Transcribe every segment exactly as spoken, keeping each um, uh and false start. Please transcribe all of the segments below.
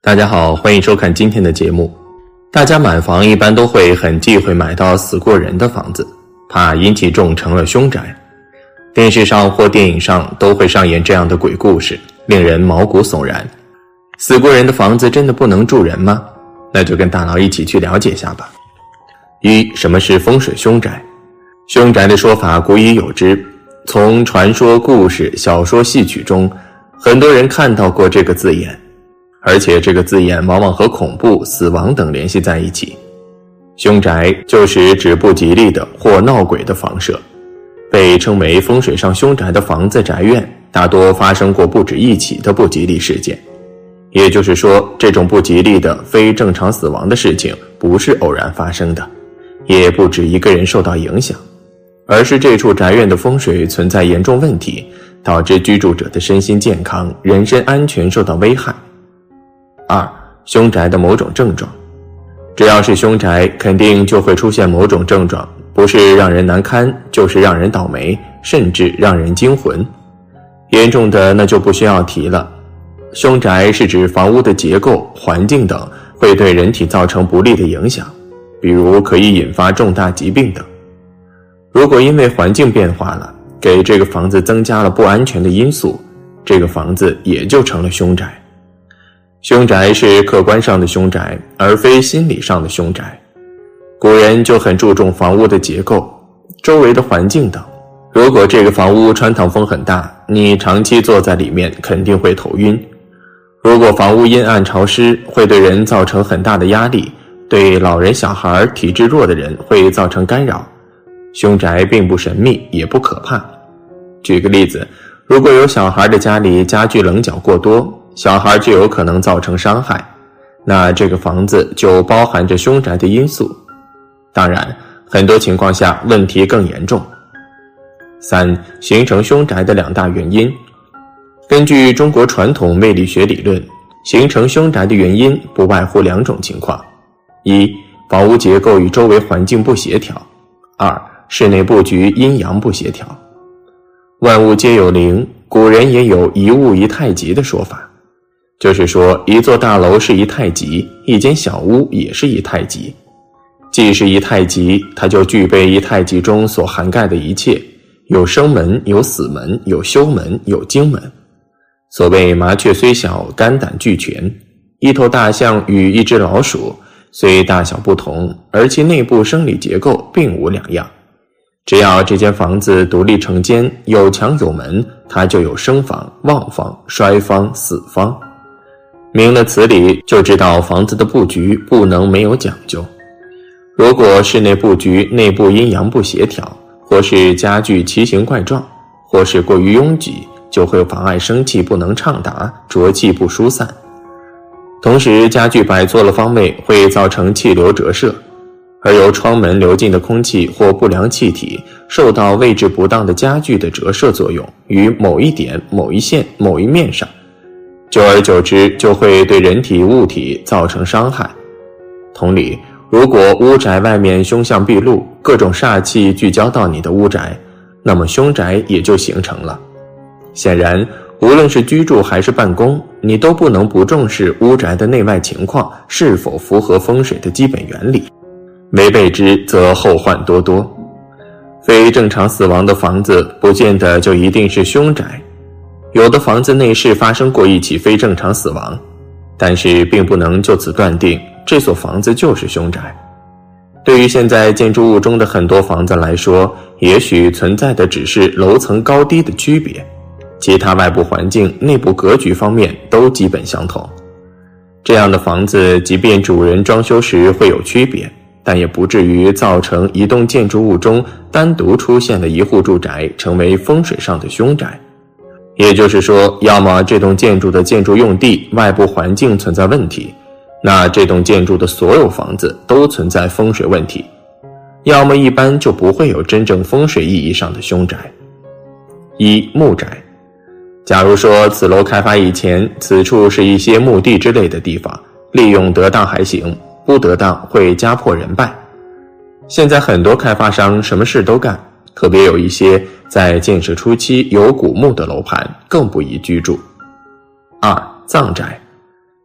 大家好，欢迎收看今天的节目。大家买房一般都会很忌讳买到死过人的房子，怕阴气重成了凶宅。电视上或电影上都会上演这样的鬼故事，令人毛骨悚然。死过人的房子真的不能住人吗？那就跟大佬一起去了解一下吧。一、什么是风水凶宅？凶宅的说法古已有之，从传说、故事、小说、戏曲中，很多人看到过这个字眼，而且这个字眼往往和恐怖、死亡等联系在一起。凶宅就是指不吉利的或闹鬼的房舍，被称为风水上凶宅的房子、宅院，大多发生过不止一起的不吉利事件。也就是说，这种不吉利的非正常死亡的事情不是偶然发生的，也不止一个人受到影响，而是这处宅院的风水存在严重问题，导致居住者的身心健康、人身安全受到危害。二、凶宅的某种症状。只要是凶宅，肯定就会出现某种症状，不是让人难堪，就是让人倒霉，甚至让人惊魂。严重的那就不需要提了。凶宅是指房屋的结构、环境等会对人体造成不利的影响，比如可以引发重大疾病等。如果因为环境变化了，给这个房子增加了不安全的因素，这个房子也就成了凶宅。凶宅是客观上的凶宅，而非心理上的凶宅。古人就很注重房屋的结构、周围的环境等。如果这个房屋穿堂风很大，你长期坐在里面肯定会头晕。如果房屋阴暗潮湿，会对人造成很大的压力，对老人、小孩、体质弱的人会造成干扰。凶宅并不神秘，也不可怕。举个例子，如果有小孩的家里家具棱角过多，小孩就有可能造成伤害，那这个房子就包含着凶宅的因素。当然，很多情况下问题更严重。三、形成凶宅的两大原因。根据中国传统魅力学理论，形成凶宅的原因不外乎两种情况：一、房屋结构与周围环境不协调；二、室内布局阴阳不协调。万物皆有灵，古人也有一物一太极的说法，就是说一座大楼是一太极，一间小屋也是一太极。既是一太极，它就具备一太极中所涵盖的一切，有生门，有死门，有休门，有经门。所谓麻雀虽小，肝胆俱全。一头大象与一只老鼠虽大小不同，而其内部生理结构并无两样。只要这间房子独立成间，有墙有门，它就有生房、旺房、衰房、死房。明了此理，就知道房子的布局不能没有讲究。如果室内布局内部阴阳不协调，或是家具奇形怪状，或是过于拥挤，就会妨碍生气不能畅达，浊气不疏散。同时，家具摆错了方位，会造成气流折射，而由窗门流进的空气或不良气体受到位置不当的家具的折射作用，于某一点、某一线、某一面上，久而久之就会对人体物体造成伤害。同理，如果屋宅外面凶相毕露，各种煞气聚焦到你的屋宅，那么凶宅也就形成了。显然，无论是居住还是办公，你都不能不重视屋宅的内外情况是否符合风水的基本原理，违背之则后患多多。非正常死亡的房子不见得就一定是凶宅，有的房子内室发生过一起非正常死亡，但是并不能就此断定这所房子就是凶宅。对于现在建筑物中的很多房子来说，也许存在的只是楼层高低的区别，其他外部环境、内部格局方面都基本相同。这样的房子，即便主人装修时会有区别，但也不至于造成一栋建筑物中单独出现的一户住宅成为风水上的凶宅。也就是说，要么这栋建筑的建筑用地、外部环境存在问题，那这栋建筑的所有房子都存在风水问题；要么一般就不会有真正风水意义上的凶宅。一、墓宅。假如说此楼开发以前，此处是一些墓地之类的地方，利用得当还行，不得当会家破人败。现在很多开发商什么事都干，特别有一些在建设初期有古墓的楼盘更不宜居住。二、葬宅。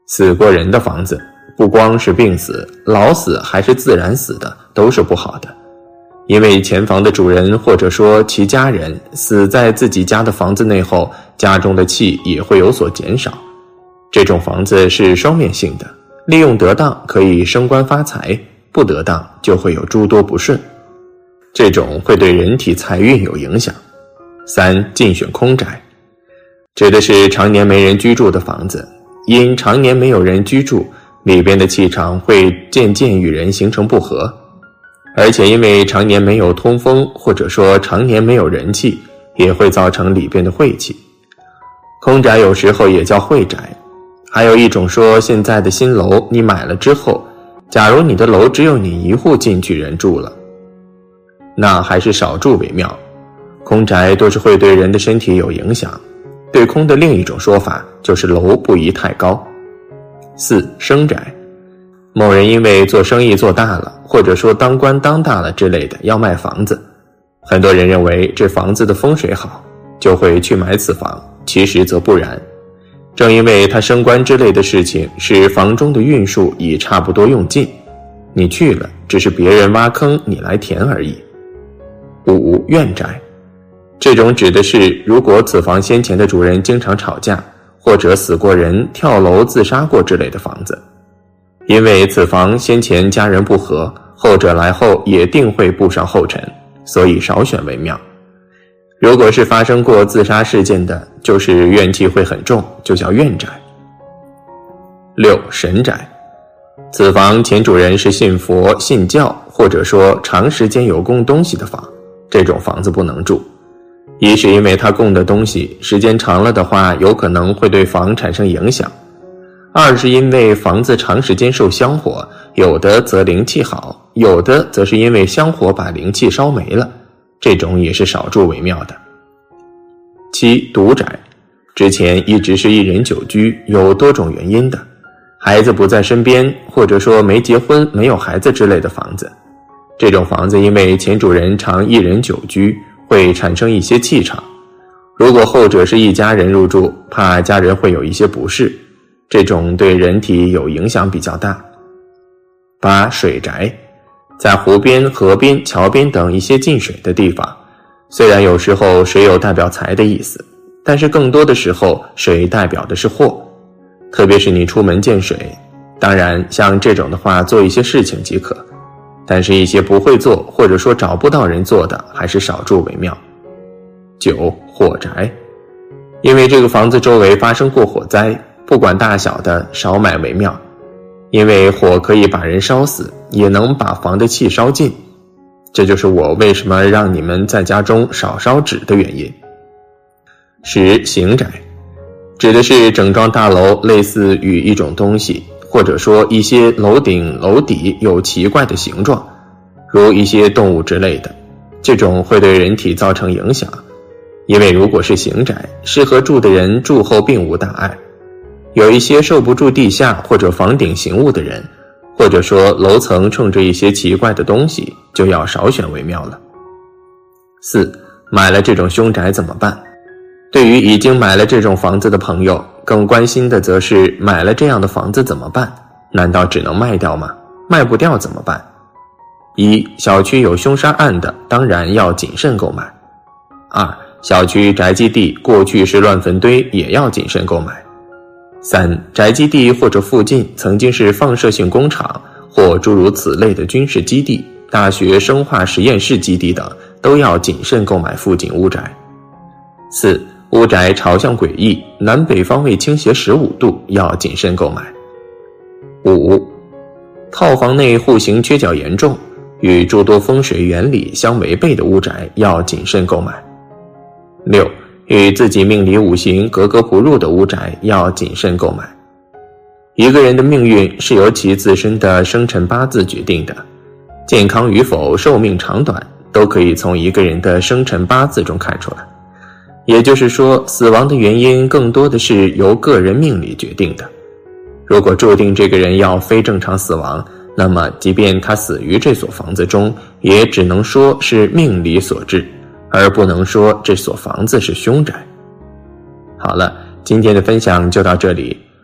死过人的房子，不光是病死、老死还是自然死的，都是不好的。因为前房的主人或者说其家人死在自己家的房子内后，家中的气也会有所减少。这种房子是双面性的，利用得当可以升官发财，不得当就会有诸多不顺，这种会对人体财运有影响。三、禁选空宅，指的是常年没人居住的房子，因常年没有人居住，里边的气场会渐渐与人形成不合，而且因为常年没有通风，或者说常年没有人气，也会造成里边的晦气。空宅有时候也叫晦宅。还有一种说，现在的新楼你买了之后，假如你的楼只有你一户进去人住了，那还是少住为妙。空宅都是会对人的身体有影响，对空的另一种说法就是楼不宜太高。四、生宅，某人因为做生意做大了，或者说当官当大了之类的要卖房子，很多人认为这房子的风水好，就会去买此房，其实则不然。正因为他升官之类的事情使房中的运数已差不多用尽，你去了只是别人挖坑你来填而已。五、怨宅，这种指的是如果此房先前的主人经常吵架，或者死过人、跳楼自杀过之类的房子，因为此房先前家人不和，后者来后也定会步上后尘，所以少选为妙。如果是发生过自杀事件的，就是怨气会很重，就叫怨宅。六、神宅，此房前主人是信佛信教，或者说长时间有供东西的房，这种房子不能住。一是因为他供的东西时间长了的话，有可能会对房产生影响；二是因为房子长时间受香火，有的则灵气好，有的则是因为香火把灵气烧没了，这种也是少住为妙的。七、独宅，之前一直是一人久居，有多种原因的，孩子不在身边，或者说没结婚没有孩子之类的房子，这种房子因为前主人常一人久居，会产生一些气场，如果后者是一家人入住，怕家人会有一些不适，这种对人体有影响比较大。八、水宅，在湖边、河边、桥边等一些进水的地方，虽然有时候水有代表财的意思，但是更多的时候水代表的是祸，特别是你出门见水，当然像这种的话做一些事情即可，但是一些不会做或者说找不到人做的，还是少住为妙。九、火宅，因为这个房子周围发生过火灾，不管大小的少买为妙，因为火可以把人烧死，也能把房的气烧尽，这就是我为什么让你们在家中少烧纸的原因。十、刑宅，指的是整幢大楼类似于一种东西，或者说一些楼顶楼底有奇怪的形状，如一些动物之类的，这种会对人体造成影响，因为如果是刑宅，适合住的人住后并无大碍，有一些受不住地下或者房顶行物的人，或者说楼层冲着一些奇怪的东西，就要少选为妙了。四、买了这种凶宅怎么办？对于已经买了这种房子的朋友，更关心的则是买了这样的房子怎么办？难道只能卖掉吗？卖不掉怎么办？一、小区有凶杀案的，当然要谨慎购买。二、小区宅基地过去是乱坟堆，也要谨慎购买。三、宅基地或者附近曾经是放射性工厂或诸如此类的军事基地、大学生化实验室基地等，都要谨慎购买附近屋宅。四、屋宅朝向诡异，南北方位倾斜十五度，要谨慎购买。五、套房内户型缺角严重，与诸多风水原理相违背的屋宅，要谨慎购买。六、与自己命理五行格格不入的屋宅，要谨慎购买。一个人的命运是由其自身的生辰八字决定的，健康与否、寿命长短，都可以从一个人的生辰八字中看出来。也就是说，死亡的原因更多的是由个人命理决定的。如果注定这个人要非正常死亡，那么即便他死于这所房子中，也只能说是命理所致，而不能说这所房子是凶宅。好了，今天的分享就到这里。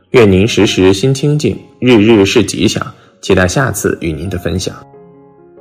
愿您时时心清静，日日是吉祥。期待下次与您的分享。